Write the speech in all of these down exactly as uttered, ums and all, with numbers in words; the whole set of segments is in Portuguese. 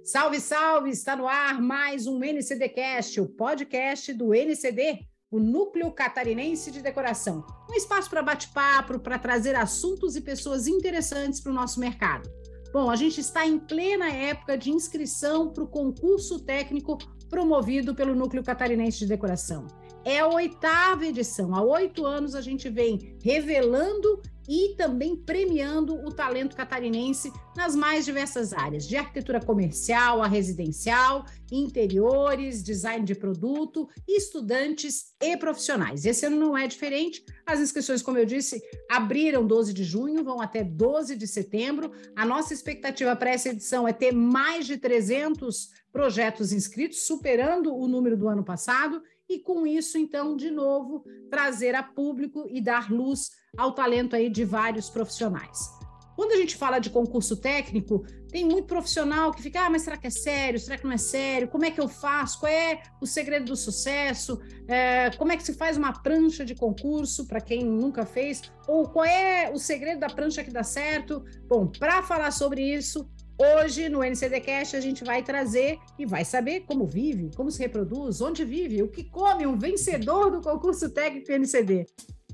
Salve, salve! Está no ar mais um NCDcast, o podcast do N C D, o Núcleo Catarinense de Decoração. Um espaço para bate-papo, para trazer assuntos e pessoas interessantes para o nosso mercado. Bom, a gente está em plena época de inscrição para o concurso técnico promovido pelo Núcleo Catarinense de Decoração. É a oitava edição. Há oito anos a gente vem revelando e também premiando o talento catarinense nas mais diversas áreas, de arquitetura comercial a residencial, interiores, design de produto, estudantes e profissionais. Esse ano não é diferente. As inscrições, como eu disse, abriram doze de junho, vão até doze de setembro. A nossa expectativa para essa edição é ter mais de trezentos projetos inscritos, superando o número do ano passado, e com isso, então, de novo, trazer a público e dar luz ao talento aí de vários profissionais. Quando a gente fala de concurso técnico, tem muito profissional que fica, ah, mas será que é sério? Será que não é sério? Como é que eu faço? Qual é o segredo do sucesso? É, como é que se faz uma prancha de concurso, para quem nunca fez? Ou qual é o segredo da prancha que dá certo? Bom, para falar sobre isso, hoje, no NCDcast, a gente vai trazer e vai saber como vive, como se reproduz, onde vive, o que come um vencedor do concurso técnico N C D.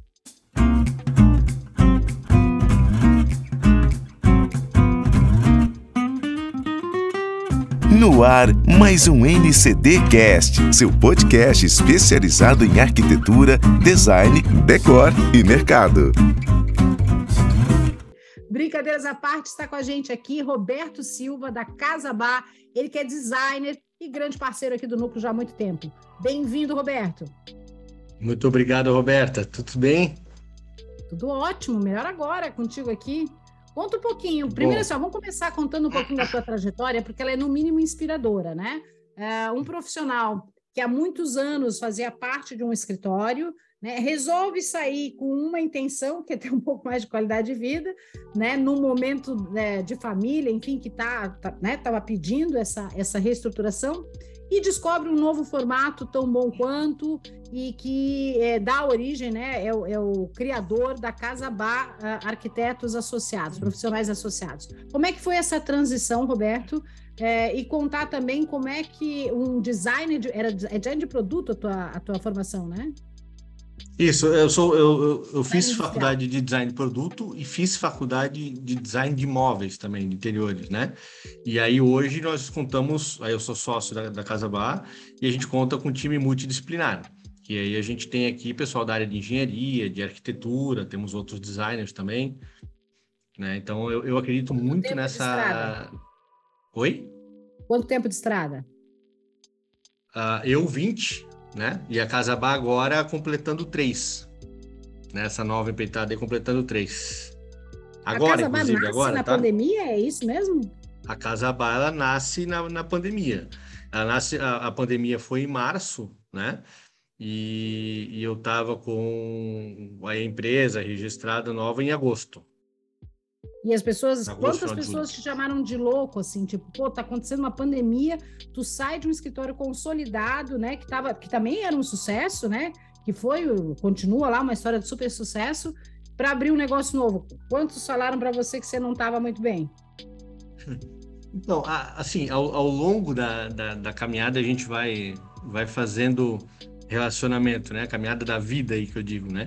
No ar, mais um NCDcast, seu podcast especializado em arquitetura, design, decor e mercado. Brincadeiras à parte, está com a gente aqui Roberto Silva, da Casabá, ele que é designer e grande parceiro aqui do Núcleo já há muito tempo. Bem-vindo, Roberto. Muito obrigado, Roberta. Tudo bem? Tudo ótimo, melhor agora contigo aqui. Conta um pouquinho. Primeiro, assim, vamos começar contando um pouquinho da tua trajetória, porque ela é, no mínimo, inspiradora, né? É um profissional que há muitos anos fazia parte de um escritório, né, resolve sair com uma intenção, que é ter um pouco mais de qualidade de vida, né, num momento, né, de família, enfim, que tá, tá, né, estava pedindo essa, essa reestruturação, e descobre um novo formato tão bom quanto, e que é, dá origem, né, é, o, é o criador da Casabá Arquitetos Associados, profissionais associados. Como é que foi essa transição, Roberto? É, e contar também como é que um design, de, era é design de produto a tua, a tua formação, né? Isso, eu, sou, eu, eu, eu fiz faculdade de design de produto e fiz faculdade de design de imóveis também, de interiores, né? E aí hoje nós contamos, aí eu sou sócio da, da Casabá e a gente conta com um time multidisciplinar. E aí a gente tem aqui pessoal da área de engenharia, de arquitetura, temos outros designers também, né? Então eu, eu acredito Quanto muito tempo nessa... de estrada? Oi? Quanto tempo de estrada? Uh, eu vinte, né? E a Casabá agora completando três. Nessa nova empreitada aí, completando três. Agora, a Casabá inclusive, nasce agora, na tá? pandemia, é isso mesmo? A Casabá, ela nasce na, na pandemia. Ela nasce, a, a pandemia foi em março, né? E, e eu tava com a empresa registrada nova em agosto. E as pessoas, Agosto, quantas pessoas te chamaram de louco, assim, tipo, pô, tá acontecendo uma pandemia, tu sai de um escritório consolidado, né, que, tava, que também era um sucesso, né, que foi, continua lá, uma história de super sucesso, para abrir um negócio novo. Quantos falaram para você que você não estava muito bem? Então, assim, ao, ao longo da, da, da caminhada, a gente vai, vai fazendo relacionamento, né, a caminhada da vida aí que eu digo, né,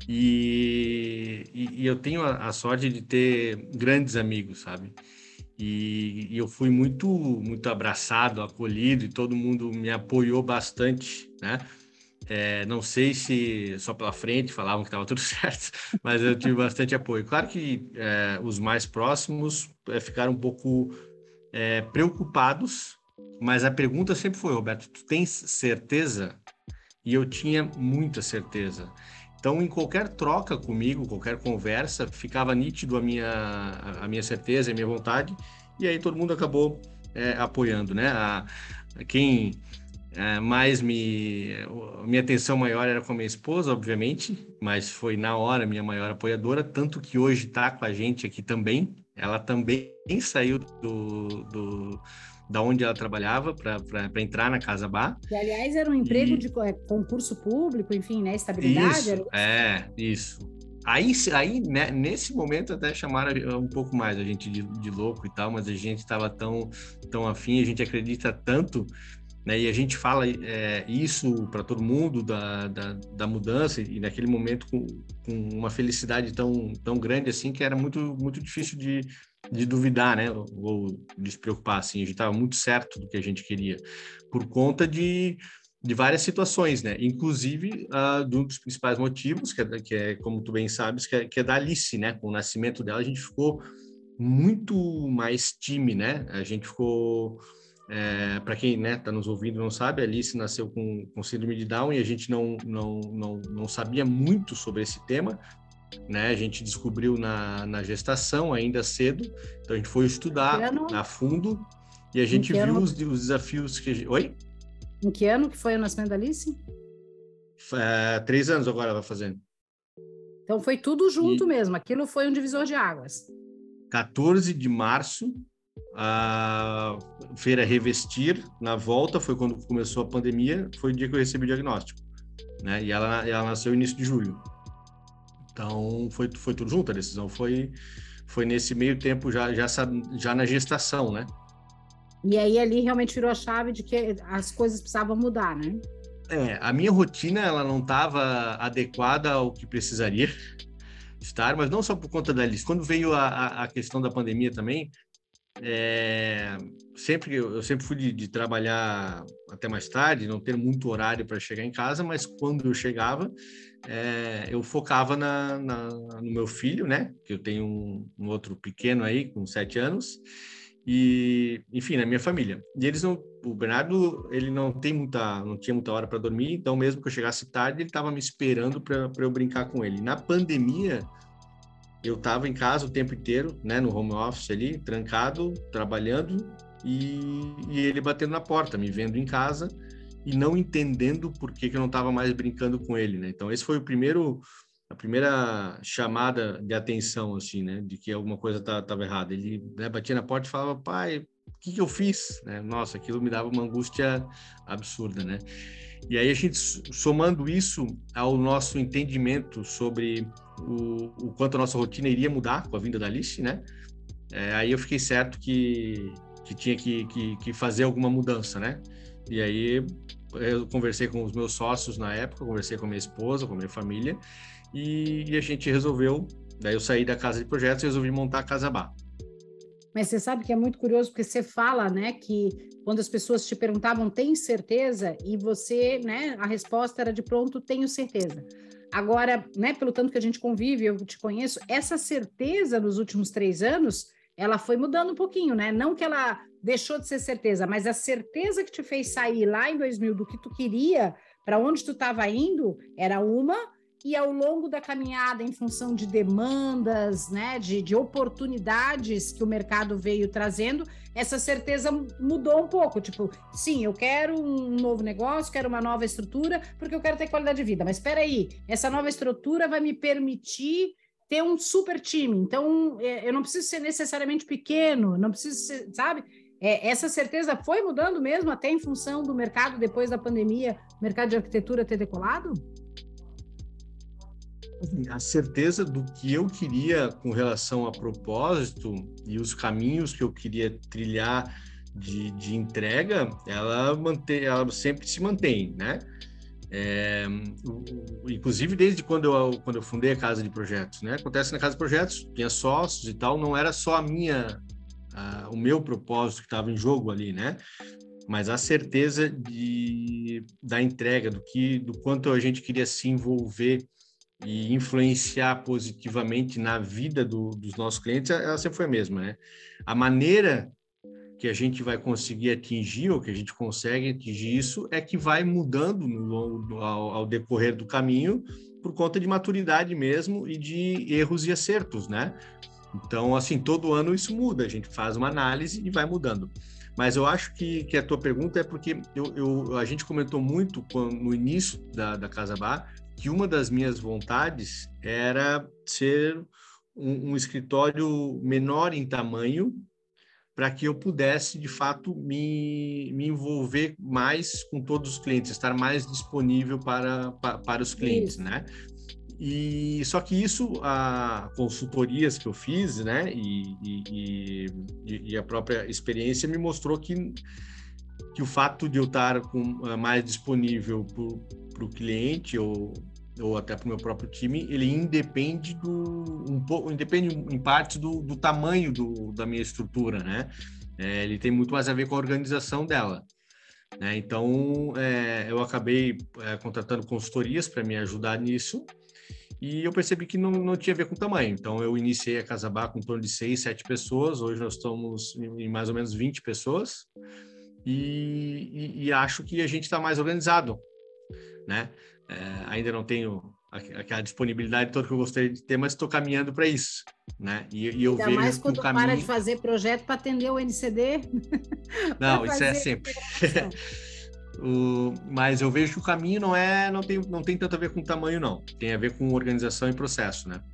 e, e, e eu tenho a, a sorte de ter grandes amigos, sabe, e, e eu fui muito, muito abraçado, acolhido, e todo mundo me apoiou bastante, né, é, não sei se só pela frente falavam que estava tudo certo, mas eu tive bastante apoio. Claro que é, os mais próximos é, ficaram um pouco é, preocupados, mas a pergunta sempre foi, Roberto, tu tens certeza? E eu tinha muita certeza. Então, em qualquer troca comigo, qualquer conversa, ficava nítido a minha, a minha certeza, a minha vontade, e aí todo mundo acabou é, apoiando, né? A, a quem é, mais me... A minha atenção maior era com a minha esposa, obviamente, mas foi na hora a minha maior apoiadora, tanto que hoje está com a gente aqui também. Ela também saiu do... do da onde ela trabalhava para entrar na Casabá. Que, aliás, era um emprego e... de concurso público, enfim, né? Estabilidade? Isso, era isso? é, isso. Aí, aí né, nesse momento até chamaram um pouco mais a gente de, de louco e tal, mas a gente estava tão, tão afim, a gente acredita tanto, né, e a gente fala é, isso para todo mundo da, da, da mudança, e naquele momento com, com uma felicidade tão, tão grande assim, que era muito, muito difícil de, de duvidar, né, ou, ou de se preocupar, assim, a gente estava muito certo do que a gente queria, por conta de de várias situações, né? Inclusive, uh, de um dos principais motivos, que é, que é, como tu bem sabes, que é, que é da Alice, né? Com o nascimento dela, a gente ficou muito mais time, né? A gente ficou... É, para quem né, tá nos ouvindo não sabe, a Alice nasceu com, com síndrome de Down e a gente não, não, não, não sabia muito sobre esse tema, né? A gente descobriu na, na gestação, ainda cedo, então a gente foi estudar a fundo e a gente viu os, os desafios que... A gente... Oi? Em que ano que foi o nascimento da Alice? É, três anos agora ela vai fazendo. Então foi tudo junto e... mesmo, aquilo foi um divisor de águas. quatorze de março, a feira Revestir, na volta, foi quando começou a pandemia, foi o dia que eu recebi o diagnóstico, né? E ela, ela nasceu no início de julho. Então foi, foi tudo junto, a decisão foi, foi nesse meio tempo, já, já, já na gestação, né? E aí ali realmente virou a chave de que as coisas precisavam mudar, né? É, a minha rotina ela não estava adequada ao que precisaria estar, mas não só por conta da Alice. Quando veio a, a, a questão da pandemia também, é, sempre eu sempre fui de, de trabalhar até mais tarde, não ter muito horário para chegar em casa, mas quando eu chegava, é, eu focava na, na, no meu filho, né? Que eu tenho um, um outro pequeno aí, com sete anos. E, enfim, na minha família. E eles não, o Bernardo, ele não tem muita, não tinha muita hora para dormir, então mesmo que eu chegasse tarde, ele estava me esperando para eu brincar com ele. Na pandemia, eu estava em casa o tempo inteiro, né, no home office ali, trancado, trabalhando, e, e ele batendo na porta, me vendo em casa e não entendendo por que, que eu não estava mais brincando com ele, né? Então esse foi o primeiro a primeira chamada de atenção, assim, né, de que alguma coisa estava errada. Ele, né, batia na porta e falava, pai, o que, que eu fiz? Né? Nossa, aquilo me dava uma angústia absurda, né? E aí a gente, somando isso ao nosso entendimento sobre o, o quanto a nossa rotina iria mudar com a vinda da Alice, né? É, aí eu fiquei certo que, que tinha que, que, que fazer alguma mudança, né? E aí eu conversei com os meus sócios na época, conversei com a minha esposa, com a minha família, E, e a gente resolveu, daí eu saí da casa de projetos e resolvi montar a Casa Bá. Mas você sabe que é muito curioso, porque você fala, né, que quando as pessoas te perguntavam, tem certeza? E você, né, a resposta era de pronto, tenho certeza. Agora, né, pelo tanto que a gente convive, eu te conheço, essa certeza nos últimos três anos, ela foi mudando um pouquinho, né? Não que ela deixou de ser certeza, mas a certeza que te fez sair lá em dois mil do que tu queria, para onde tu estava indo, era uma... E ao longo da caminhada, em função de demandas, né, de, de oportunidades que o mercado veio trazendo, essa certeza mudou um pouco. Tipo, sim, eu quero um novo negócio, quero uma nova estrutura, porque eu quero ter qualidade de vida. Mas espera aí, essa nova estrutura vai me permitir ter um super time. Então, eu não preciso ser necessariamente pequeno, não preciso ser, sabe? É, essa certeza foi mudando mesmo, até em função do mercado, depois da pandemia, o mercado de arquitetura ter decolado? A certeza do que eu queria com relação a propósito e os caminhos que eu queria trilhar de, de entrega, ela, mantém, ela sempre se mantém, né? É, inclusive desde quando eu, quando eu fundei a Casa de Projetos, né? Acontece na Casa de Projetos, tinha sócios e tal, não era só a minha, a, o meu propósito que estava em jogo ali, né? Mas a certeza de, da entrega, do, que, do quanto a gente queria se envolver e influenciar positivamente na vida do, dos nossos clientes, ela sempre foi a mesma, né? A maneira que a gente vai conseguir atingir, ou que a gente consegue atingir isso, é que vai mudando no longo, ao, ao decorrer do caminho, por conta de maturidade mesmo e de erros e acertos, né? Então, assim, todo ano isso muda, a gente faz uma análise e vai mudando. Mas eu acho que, que a tua pergunta é porque eu, eu, a gente comentou muito quando, no início da, da Casa Bá, que uma das minhas vontades era ser um, um escritório menor em tamanho, para que eu pudesse, de fato, me, me envolver mais com todos os clientes, estar mais disponível para, para, para os clientes, Isso. né? E só que isso, a consultorias que eu fiz, né, e, e, e, e a própria experiência me mostrou que, que o fato de eu estar com, mais disponível para o cliente ou, ou até para o meu próprio time, ele independe do um pouco, independe em parte do, do tamanho do, da minha estrutura, né? É, ele tem muito mais a ver com a organização dela. Né? Então, é, eu acabei é, contratando consultorias para me ajudar nisso. E eu percebi que não, não tinha a ver com o tamanho. Então, eu iniciei a Casabá com em torno de seis, sete pessoas. Hoje nós estamos em mais ou menos vinte pessoas. E, e, e acho que a gente está mais organizado, né? É, ainda não tenho aquela disponibilidade toda que eu gostaria de ter, mas estou caminhando para isso, né? E, e eu Ainda vejo mais que quando o caminho... para de fazer projeto para atender o N C D. Não, isso é sempre... O, mas eu vejo que o caminho não é, não tem, não tem tanto a ver com tamanho, não. Tem a ver com organização e processo, né?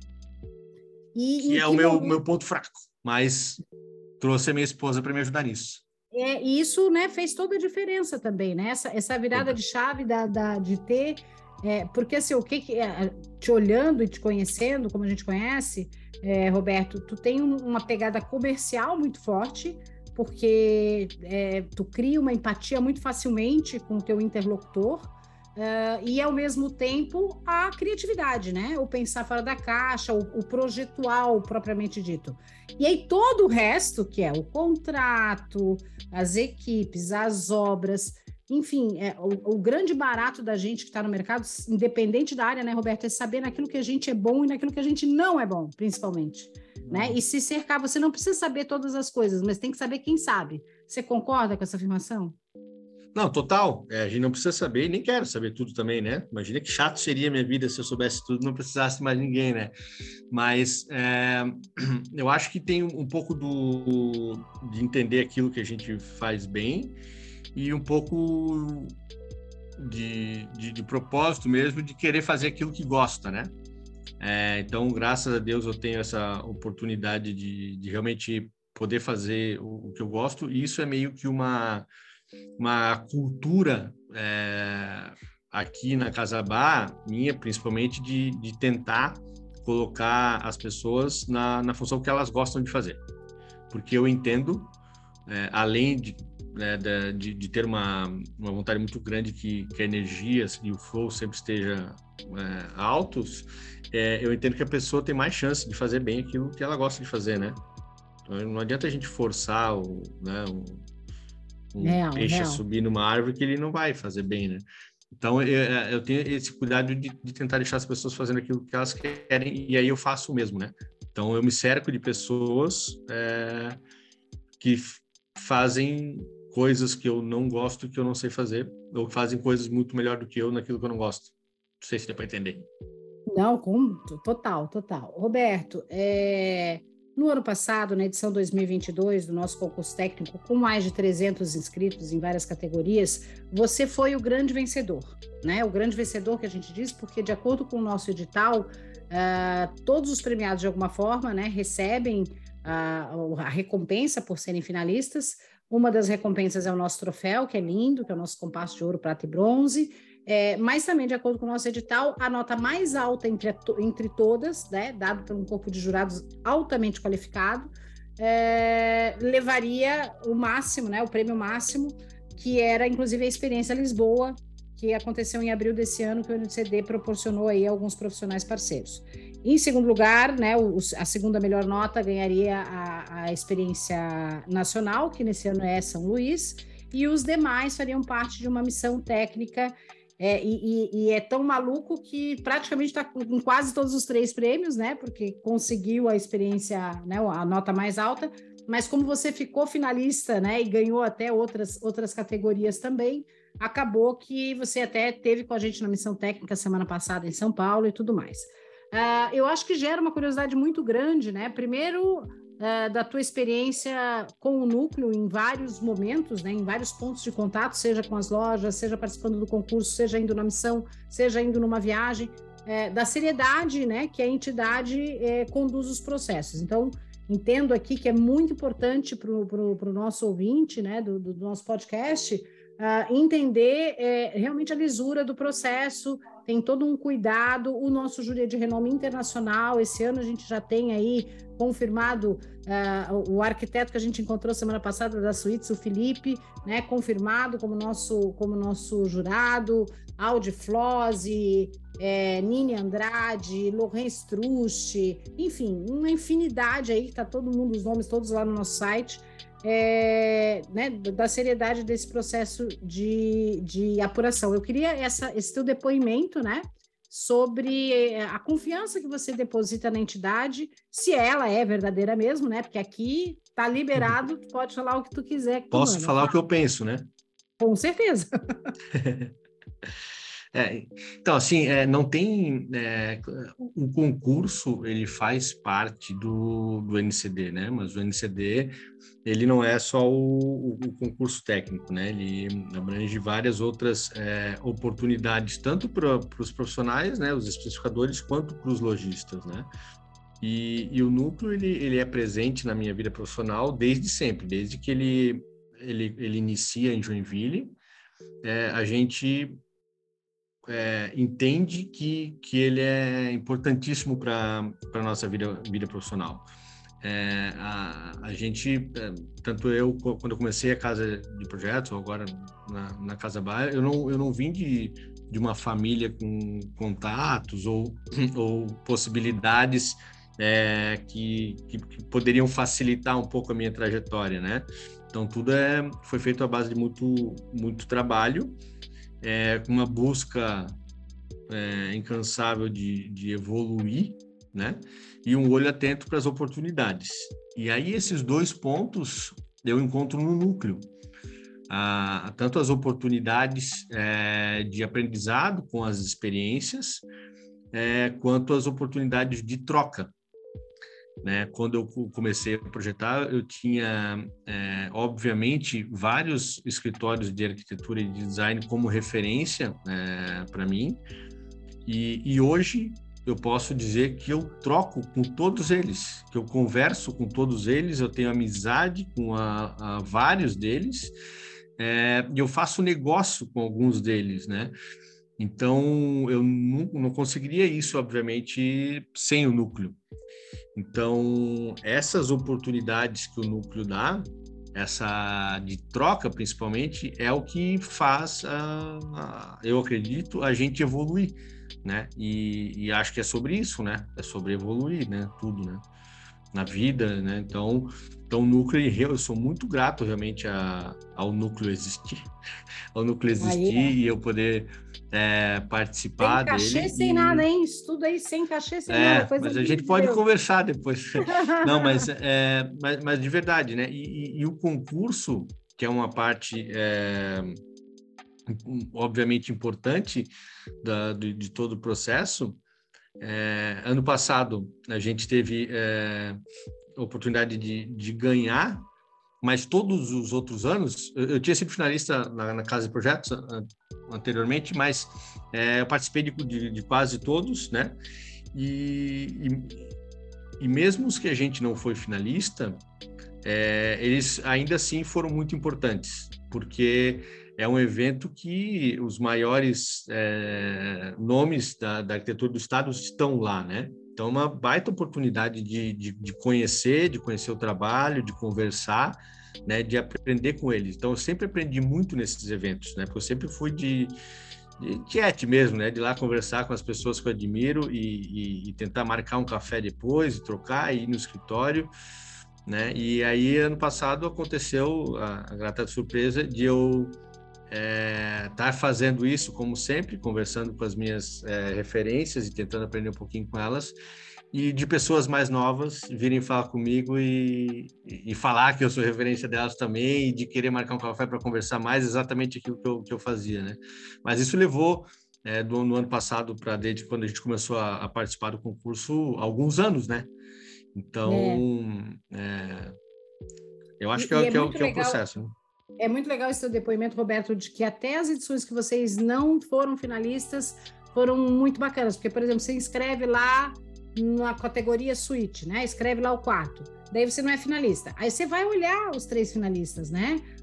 E, que e é que o meu, momento... meu ponto fraco, mas trouxe a minha esposa para me ajudar nisso. É, e isso, né, fez toda a diferença também, né? Essa, essa virada toda. de chave da, da, de ter... É, porque, assim, o que, que é, te olhando e te conhecendo, como a gente conhece, é, Roberto, tu tem um, uma pegada comercial muito forte, porque é, tu cria uma empatia muito facilmente com o teu interlocutor uh, e, ao mesmo tempo, a criatividade, né? O pensar fora da caixa, o, o projetual, propriamente dito. E aí, todo o resto, que é o contrato, as equipes, as obras... Enfim, é, o, o grande barato da gente que está no mercado, independente da área, né, Roberto, é saber naquilo que a gente é bom e naquilo que a gente não é bom, principalmente. Né? E se cercar, você não precisa saber todas as coisas, mas tem que saber quem sabe. Você concorda com essa afirmação? Não, total. É, a gente não precisa saber e nem quero saber tudo também, né? Imagina que chato seria a minha vida se eu soubesse tudo e não precisasse mais ninguém, né? Mas é, eu acho que tem um pouco do, de entender aquilo que a gente faz bem e um pouco de, de, de propósito mesmo de querer fazer aquilo que gosta, né? É, então, graças a Deus, eu tenho essa oportunidade de, de realmente poder fazer o, o que eu gosto, e isso é meio que uma, uma cultura é, aqui na Casabá, minha principalmente, de, de tentar colocar as pessoas na, na função que elas gostam de fazer. Porque eu entendo, é, além de, né, de, de ter uma, uma vontade muito grande que, que a energia assim, e o flow sempre esteja é, altos, é, eu entendo que a pessoa tem mais chance de fazer bem aquilo que ela gosta de fazer, né? Então, não adianta a gente forçar o, né, um, um real, peixe real. a subir numa árvore que ele não vai fazer bem, né? Então, eu, eu tenho esse cuidado de, de tentar deixar as pessoas fazendo aquilo que elas querem, e aí eu faço o mesmo, né? Então, eu me cerco de pessoas é, que fazem coisas que eu não gosto, que eu não sei fazer, ou que fazem coisas muito melhor do que eu naquilo que eu não gosto. Não sei se deu para entender. Não, com, total, total. Roberto, é, no ano passado, na edição dois mil e vinte e dois do nosso concurso técnico, com mais de trezentos inscritos em várias categorias, você foi o grande vencedor, né? O grande vencedor que a gente diz, porque de acordo com o nosso edital, uh, todos os premiados de alguma forma, né, recebem uh, a recompensa por serem finalistas. Uma das recompensas é o nosso troféu, que é lindo, que é o nosso compasso de ouro, prata e bronze. É, mas também, de acordo com o nosso edital, a nota mais alta entre, entre todas, né, dado por um corpo de jurados altamente qualificado, é, levaria o máximo, né, o prêmio máximo, que era, inclusive, a Experiência Lisboa, que aconteceu em abril desse ano, que o N C D proporcionou aí a alguns profissionais parceiros. Em segundo lugar, né, o, a segunda melhor nota ganharia a, a Experiência Nacional, que nesse ano é São Luís, e os demais fariam parte de uma missão técnica. É, e, e, e é tão maluco que praticamente está com quase todos os três prêmios, né? Porque conseguiu a experiência, né? A nota mais alta, mas como você ficou finalista, né? E ganhou até outras, outras categorias também, acabou que você até teve com a gente na missão técnica semana passada em São Paulo e tudo mais. Uh, eu acho que gera uma curiosidade muito grande, né? Primeiro, uh, da tua experiência com o núcleo em vários momentos, né? Em vários pontos de contato, seja com as lojas, seja participando do concurso, seja indo na missão, seja indo numa viagem, uh, da seriedade, né? Que a entidade uh, conduz os processos. Então, entendo aqui que é muito importante para o nosso ouvinte, né? Do, do nosso podcast, uh, entender é, realmente a lisura do processo, tem todo um cuidado. O nosso júri é de renome internacional. Esse ano a gente já tem aí confirmado uh, o arquiteto que a gente encontrou semana passada da Suíça, o Felipe, né, confirmado como nosso, como nosso jurado, Audi Flose, é, Nini Andrade, Lourenço Truste, enfim, uma infinidade aí, que está todo mundo, os nomes todos lá no nosso site, é, né, da seriedade desse processo de, de apuração. Eu queria essa, esse teu depoimento, né, sobre a confiança que você deposita na entidade, se ela é verdadeira mesmo, né, porque aqui tá liberado, tu pode falar o que tu quiser. Que tu Posso manda, falar tá? o que eu penso, né? Com certeza. É, então, assim, é, não tem... É, o concurso, ele faz parte do, do N C D, né? Mas o N C D, ele não é só o, o concurso técnico, né? Ele abrange várias outras é, oportunidades, tanto para os profissionais, né? Os especificadores, quanto para os lojistas, né? E, e o núcleo, ele, ele é presente na minha vida profissional desde sempre, desde que ele, ele, ele inicia em Joinville. É, a gente... É, entende que, que ele é importantíssimo para a nossa vida, vida profissional. É, a, a gente, tanto eu, quando eu comecei a Casa de Projetos, ou agora na, na Casa Baia, eu não, eu não vim de, de uma família com contatos ou, ou possibilidades é, que, que, que poderiam facilitar um pouco a minha trajetória, né? Então, tudo é, foi feito à base de muito, muito trabalho, É, com uma busca é, incansável de, de evoluir, né? E um olho atento para as oportunidades. E aí esses dois pontos eu encontro no núcleo. Ah, tanto as oportunidades é, de aprendizado com as experiências, é, quanto as oportunidades de troca. Né? Quando eu comecei a projetar, eu tinha, é, obviamente, vários escritórios de arquitetura e de design como referência é, para mim, e, e hoje eu posso dizer que eu troco com todos eles, que eu converso com todos eles, eu tenho amizade com a, a vários deles, é, e eu faço negócio com alguns deles, né? Então, eu não, não conseguiria isso, obviamente, sem o núcleo. Então, essas oportunidades que o núcleo dá, essa de troca principalmente, é o que faz, a, a, eu acredito, a gente evoluir, né? E, e acho que é sobre isso, né? É sobre evoluir, né? Tudo, né? Na vida, né? Então, então o núcleo, eu sou muito grato realmente a, ao núcleo existir, ao núcleo existir Aí, e eu poder é, participar sem cachê, dele. sem E... nada, hein? Estudo aí sem cachê, sem nada. É, Coisa mas a linda gente de pode Deus. conversar depois. Não, mas, é, mas, mas de verdade, né? E, e, e o concurso, que é uma parte, é, obviamente, importante da, de, de todo o processo. É, ano passado, a gente teve é, a oportunidade de, de ganhar, mas todos os outros anos, eu, eu tinha sido finalista na, na Casa de Projetos anteriormente, mas é, eu participei de, de, de quase todos, né? E, e, e mesmo os que a gente não foi finalista, é, eles ainda assim foram muito importantes, porque é um evento que os maiores é, nomes da, da arquitetura do Estado estão lá, né? Então, é uma baita oportunidade de, de, de conhecer, de conhecer o trabalho, de conversar, né? De aprender com eles. Então, eu sempre aprendi muito nesses eventos, né? Porque eu sempre fui de... de chat mesmo, né? De ir lá conversar com as pessoas que eu admiro e, e, e tentar marcar um café depois, e trocar, e ir no escritório, né? E aí, ano passado, aconteceu a, a grata surpresa de eu estar é, tá fazendo isso, como sempre, conversando com as minhas é, referências e tentando aprender um pouquinho com elas, e de pessoas mais novas virem falar comigo e, e, e falar que eu sou referência delas também, e de querer marcar um café para conversar mais exatamente aquilo que eu, que eu fazia, né? Mas isso levou, é, do, no ano passado para desde quando a gente começou a, a participar do concurso, alguns anos, né? Então, é. É, eu acho E, que, e é, é que, é, muito que é o legal. processo, né? É muito legal esse seu depoimento, Roberto, de que até as edições que vocês não foram finalistas foram muito bacanas, porque, por exemplo, você inscreve lá na categoria suíte, né? Escreve lá o quarto, daí você não é finalista. Aí você vai olhar os três finalistas, né?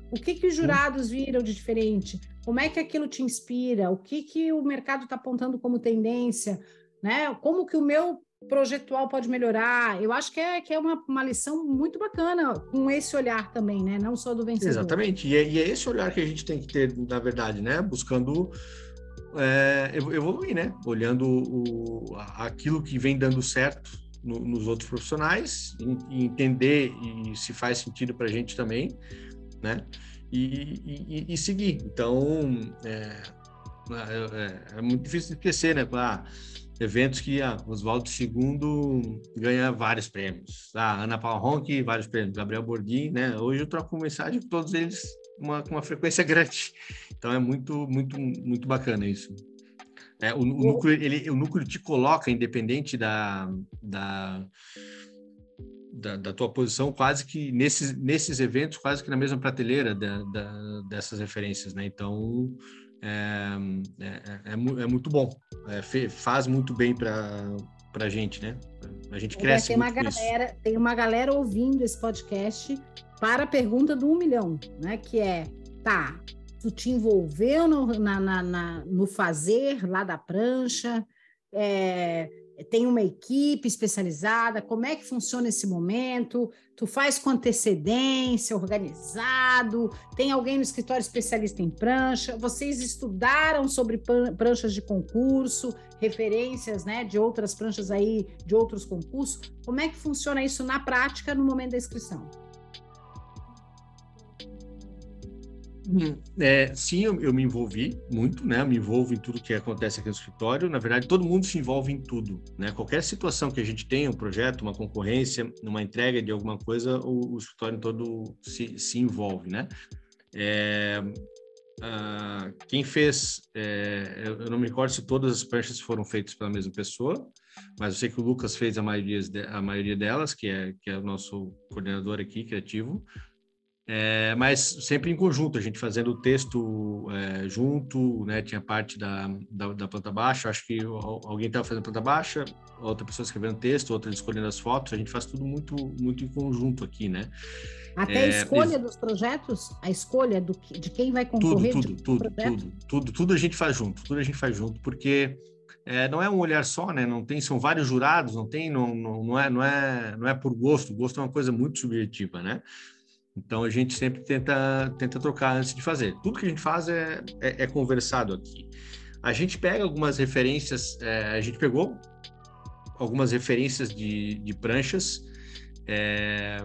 O que que os jurados viram de diferente? Como é que aquilo te inspira? O que que o mercado está apontando como tendência? Né? Como que o meu projetual pode melhorar? Eu acho que é, que é uma, uma lição muito bacana com esse olhar também, né? Não só do vencedor. Exatamente, e é, e é esse olhar que a gente tem que ter, na verdade, né? Buscando é, evoluir, né? Olhando o, aquilo que vem dando certo no, nos outros profissionais, e entender e se faz sentido para a gente também, né? E, e, e seguir. Então, é, é, é muito difícil de esquecer, né? Ah, eventos que ah, Oswaldo segundo ganha vários prêmios. Ah, Ana Paula Ronchi, vários prêmios. Gabriel Bordin, né? Hoje eu troco mensagem com todos eles uma, com uma frequência grande. Então é muito, muito, muito bacana isso. É, o, o, núcleo, ele, o núcleo te coloca, independente da, da, da, da tua posição, quase que nesses, nesses eventos, quase que na mesma prateleira da, da, dessas referências, né? Então, é, é, é, é muito bom. É, faz muito bem para a gente, né? A gente cresce tem muito uma com galera, isso. Tem uma galera ouvindo esse podcast para a pergunta do um milhão, né? Que é, tá, tu te envolveu no, na, na, na, no fazer lá da prancha, é, tem uma equipe especializada, como é que funciona esse momento? Tu faz com antecedência, organizado, tem alguém no escritório especialista em prancha, vocês estudaram sobre pranchas de concurso, referências, né, de outras pranchas aí, de outros concursos, como é que funciona isso na prática no momento da inscrição? É, sim, eu, eu me envolvi muito, né? Eu me envolvo em tudo que acontece aqui no escritório. Na verdade, todo mundo se envolve em tudo, né? Qualquer situação que a gente tenha, um projeto, uma concorrência, uma entrega de alguma coisa, o, o escritório todo se, se envolve, né? É, ah, quem fez, é, eu não me recordo se todas as pranchas foram feitas pela mesma pessoa, mas eu sei que o Lucas fez a maioria, a maioria delas, que é, que é o nosso coordenador aqui, criativo. É, mas sempre em conjunto, a gente fazendo o texto é, junto, né? Tinha parte da, da, da planta baixa, acho que alguém estava fazendo planta baixa, outra pessoa escrevendo texto, outra escolhendo as fotos, a gente faz tudo muito, muito em conjunto aqui, né? Até é, a escolha ex... dos projetos, a escolha do, de quem vai concorrer? Tudo, tudo, tudo, tudo, tudo, tudo a gente faz junto, tudo a gente faz junto, porque é, não é um olhar só, né? Não tem, são vários jurados, não tem, não, não, não, é, não, é, não é por gosto, o gosto é uma coisa muito subjetiva, né? Então, a gente sempre tenta, tenta trocar antes de fazer. Tudo que a gente faz é, é, é conversado aqui. A gente pega algumas referências, é, a gente pegou algumas referências de, de pranchas. É,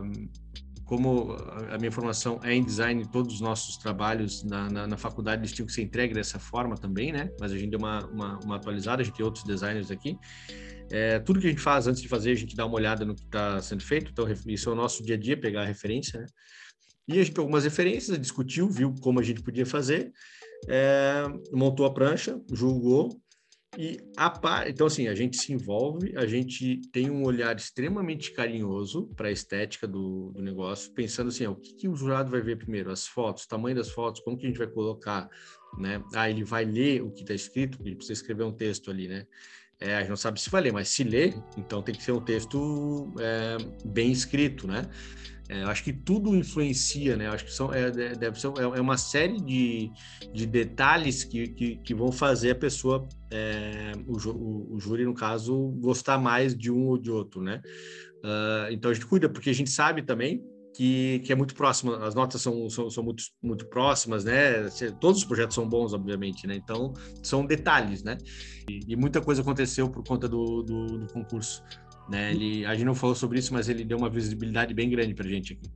como a minha formação é em design, todos os nossos trabalhos na, na, na faculdade eles tinham que ser entregues dessa forma também, né? Mas a gente deu uma, uma, uma atualizada, a gente tem outros designers aqui. É, tudo que a gente faz antes de fazer, a gente dá uma olhada no que está sendo feito. Então, isso é o nosso dia a dia, pegar a referência, né? E a gente pegou algumas referências, discutiu, viu como a gente podia fazer, é, montou a prancha, julgou, e a par... então assim, a gente se envolve, a gente tem um olhar extremamente carinhoso para a estética do, do negócio, pensando assim, ó, o que, que o jurado vai ver primeiro? As fotos, o tamanho das fotos, como que a gente vai colocar, né? Ah, ele vai ler o que está escrito, porque ele precisa escrever um texto ali, né? É, a gente não sabe se vai ler, mas se ler, então tem que ser um texto é, bem escrito, né? É, eu acho que tudo influencia, né? Eu acho que são, é, deve ser é uma série de, de detalhes que, que, que vão fazer a pessoa, é, o, o, o júri, no caso, gostar mais de um ou de outro, né? Uh, então a gente cuida, porque a gente sabe também que, que é muito próximo, as notas são, são, são muito, muito próximas, né? Todos os projetos são bons, obviamente, né? Então são detalhes, né? E, e muita coisa aconteceu por conta do, do, do concurso. Né, ele, a gente não falou sobre isso, mas ele deu uma visibilidade bem grande para a gente aqui.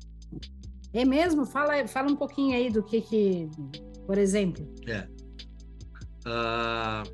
É mesmo? Fala, fala um pouquinho aí do que, que por exemplo. É. Uh,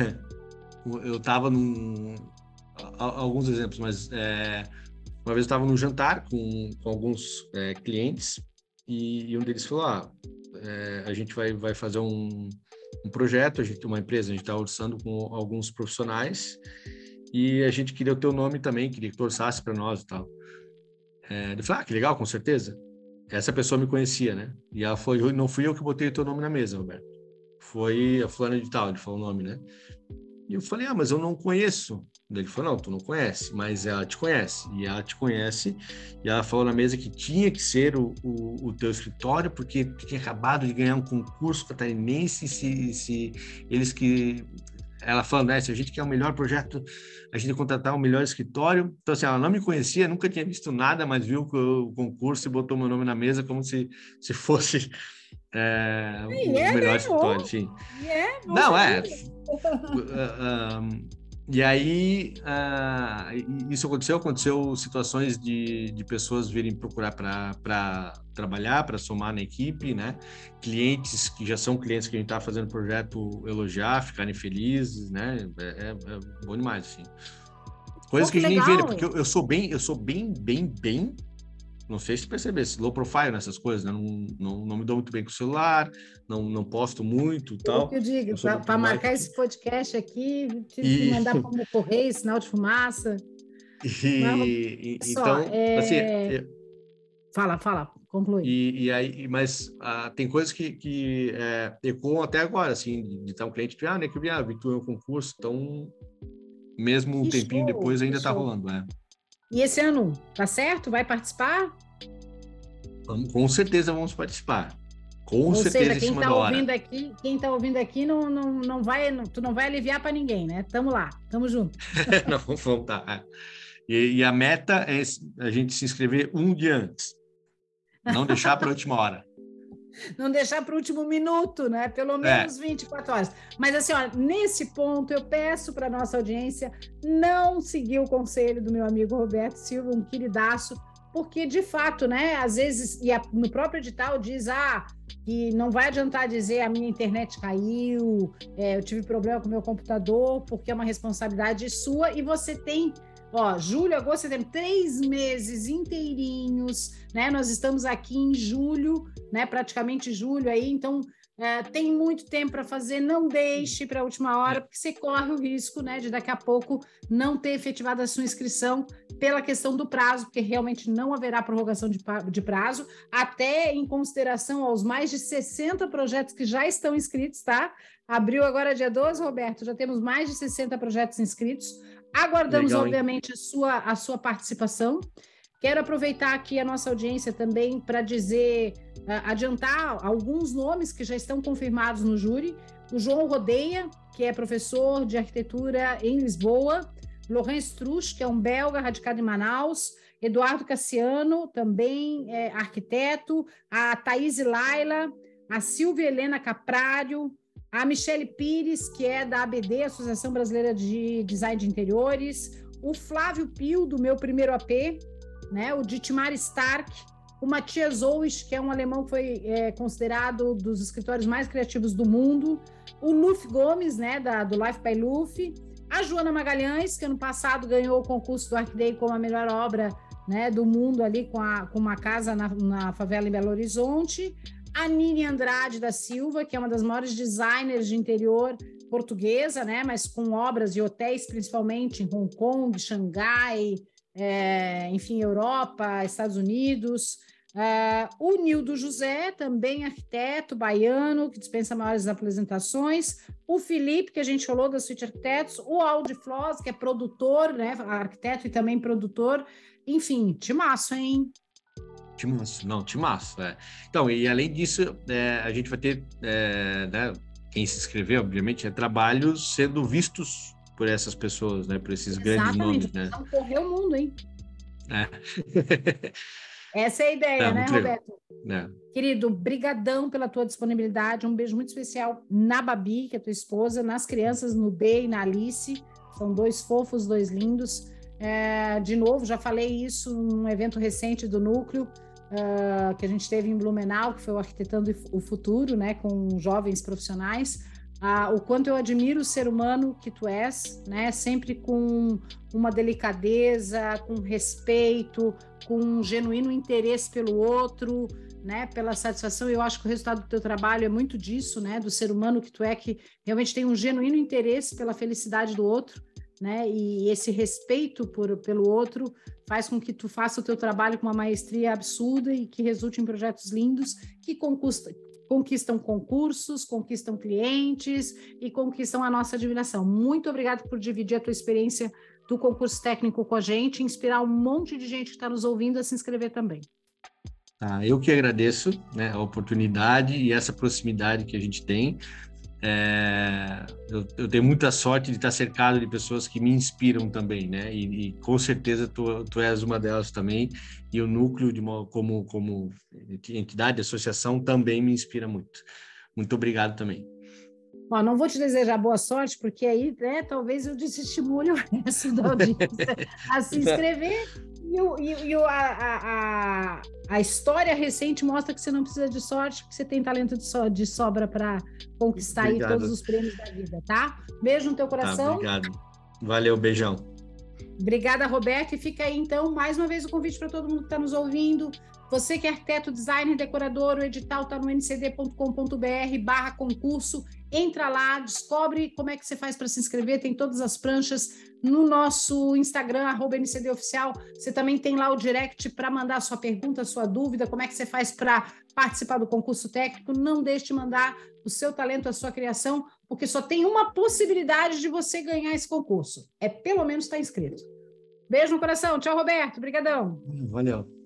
eu estava num... Alguns exemplos, mas é, uma vez eu estava num jantar com, com alguns é, clientes e, e um deles falou, ah, é, a gente vai, vai fazer um, um projeto, a gente tem uma empresa, a gente está orçando com alguns profissionais e a gente queria o teu nome também, queria que tu orçasse para nós e tal. É, ele falou, ah, que legal, com certeza. Essa pessoa me conhecia, né? E ela foi, não fui eu que botei o teu nome na mesa, Roberto. Foi a fulana de tal, ele falou o nome, né? E eu falei, ah, mas eu não conheço. Ele falou, não, tu não conhece, mas ela te conhece. E ela te conhece, e ela falou na mesa que tinha que ser o, o, o teu escritório, porque tu tinha acabado de ganhar um concurso catarinense, se, se eles que... Ela falando, né, se a gente quer o melhor projeto, a gente tem que contratar o melhor escritório. Então, assim, ela não me conhecia, nunca tinha visto nada, mas viu o concurso e botou meu nome na mesa como se, se fosse é, o é, melhor né? escritório, enfim. É, não, é... Uh, um, e aí, uh, isso aconteceu, aconteceu situações de, de pessoas virem procurar para trabalhar, para somar na equipe, né? Clientes que já são clientes que a gente está fazendo projeto elogiar, ficarem felizes, né? É, é, é bom demais, assim. Coisas Pô, que, que a gente nem vê, né? legal. Porque eu, eu sou bem, eu sou bem, bem, bem... Não sei se tu percebesse, low profile nessas coisas, né? Não, não, não me dou muito bem com o celular, não, não posto muito e Eu tal. que eu digo, para marcar esse podcast aqui, tive que E... mandar para o correio, sinal de fumaça. Mas, E, e, só, então, assim, é... é, fala, fala, conclui. e, e aí, mas ah, tem coisas que, que é, ecoam até agora, assim, de estar um cliente que, ah, né, que eu vi, ah, vi tu no concurso, então, mesmo um Que tempinho show, depois, que ainda está show. rolando, né? E esse ano, tá certo? Vai participar? Vamos, com certeza vamos participar. Com Ou certeza seja, em quem cima está da hora. ouvindo aqui, quem tá ouvindo aqui não, não, não vai, não, tu não vai aliviar para ninguém, né? Tamo lá, tamo junto. Não, vamos tá. E, e a meta é a gente se inscrever um dia antes. Não deixar para a última hora. Não deixar para o último minuto, né? Pelo menos é. vinte e quatro horas. Mas assim, ó, nesse ponto eu peço para nossa audiência não seguir o conselho do meu amigo Roberto Silva, um queridaço, porque de fato, né? Às vezes, e a, no próprio edital diz, ah, que não vai adiantar dizer a minha internet caiu, é, eu tive problema com o meu computador, porque é uma responsabilidade sua e você tem... Ó, julho, agosto, setembro, três meses inteirinhos, né? Nós estamos aqui em julho, né? Praticamente julho aí, então é, tem muito tempo para fazer. Não deixe para a última hora, porque você corre o risco, né? De daqui a pouco não ter efetivado a sua inscrição pela questão do prazo, porque realmente não haverá prorrogação de, de prazo, até em consideração aos mais de sessenta projetos que já estão inscritos, tá? Abriu agora dia doze, Roberto, já temos mais de sessenta projetos inscritos. Aguardamos, Legal, obviamente, a sua, a sua participação. Quero aproveitar aqui a nossa audiência também para dizer, uh, adiantar alguns nomes que já estão confirmados no júri. O João Rodeia, que é professor de arquitetura em Lisboa. Laurent Struch, que é um belga radicado em Manaus. Eduardo Cassiano, também é arquiteto. A Thaís Laila, a Silvia Helena Caprário, a Michele Pires, que é da A B D, Associação Brasileira de Design de Interiores, o Flávio Pio, do Meu Primeiro A P, né? O Dietmar Stark, o Matias Zois, que é um alemão que foi é, considerado dos escritórios mais criativos do mundo, o Luf Gomes, né, da, do Life by Luf, a Joana Magalhães, que ano passado ganhou o concurso do ArcDay como a melhor obra, né, do mundo ali com, a, com uma casa na, na favela em Belo Horizonte, a Nini Andrade da Silva, que é uma das maiores designers de interior portuguesa, né, mas com obras e hotéis principalmente em Hong Kong, Xangai, é, enfim, Europa, Estados Unidos. Uh, o Nildo José, também arquiteto baiano, que dispensa maiores apresentações. O Felipe, que a gente falou da Suite Arquitetos. O Aldi Floss, que é produtor, né, arquiteto e também produtor. Enfim, timaço, hein? Timaço, não, timaço, é. Então, e além disso, é, a gente vai ter, é, né, quem se inscrever, obviamente, é trabalhos sendo vistos por essas pessoas, né, por esses Exatamente, grandes nomes, né? Vamos correr o mundo, hein? É. Essa é a ideia, é, né, Roberto? É. Querido, brigadão pela tua disponibilidade, um beijo muito especial na Babi, que é tua esposa, nas crianças, no B e na Alice, são dois fofos, dois lindos. É, de novo, já falei isso num evento recente do Núcleo, uh, que a gente teve em Blumenau, que foi o Arquitetando o Futuro, né, com jovens profissionais. Ah, o quanto eu admiro o ser humano que tu és, né? Sempre com uma delicadeza, com respeito, com um genuíno interesse pelo outro, né? Pela satisfação. Eu acho que o resultado do teu trabalho é muito disso, né? Do ser humano que tu é, que realmente tem um genuíno interesse pela felicidade do outro. né? E esse respeito por, pelo outro faz com que tu faça o teu trabalho com uma maestria absurda e que resulte em projetos lindos que conquistam, conquistam concursos, conquistam clientes e conquistam a nossa admiração. Muito obrigada por dividir a tua experiência do concurso técnico com a gente, inspirar um monte de gente que está nos ouvindo a se inscrever também. Ah, eu que agradeço, né, a oportunidade e essa proximidade que a gente tem. É, eu, eu tenho muita sorte de estar cercado de pessoas que me inspiram também, né? E, e com certeza tu, tu és uma delas também. E o núcleo de uma, como, como entidade, associação, também me inspira muito. Muito obrigado também. Bom, não vou te desejar boa sorte, porque aí, né, talvez eu desestimule o resto da audiência a se inscrever. E, o, e, e o, a, a, a história recente mostra que você não precisa de sorte, que você tem talento de, so, de sobra para conquistar aí todos os prêmios da vida, tá? Beijo no teu coração. Tá, obrigado. Valeu, beijão. Obrigada, Roberto. E fica aí, então, mais uma vez o convite para todo mundo que está nos ouvindo. Você que é arquiteto, designer, decorador, o edital está no n c d ponto com ponto b r barra concurso. Entra lá, descobre como é que você faz para se inscrever, tem todas as pranchas no nosso Instagram, arroba N C D Oficial. Você também tem lá o direct para mandar a sua pergunta, a sua dúvida, como é que você faz para participar do concurso técnico. Não deixe de mandar o seu talento, a sua criação, porque só tem uma possibilidade de você ganhar esse concurso. É pelo menos estar inscrito. Beijo no coração. Tchau, Roberto. Obrigadão. Valeu.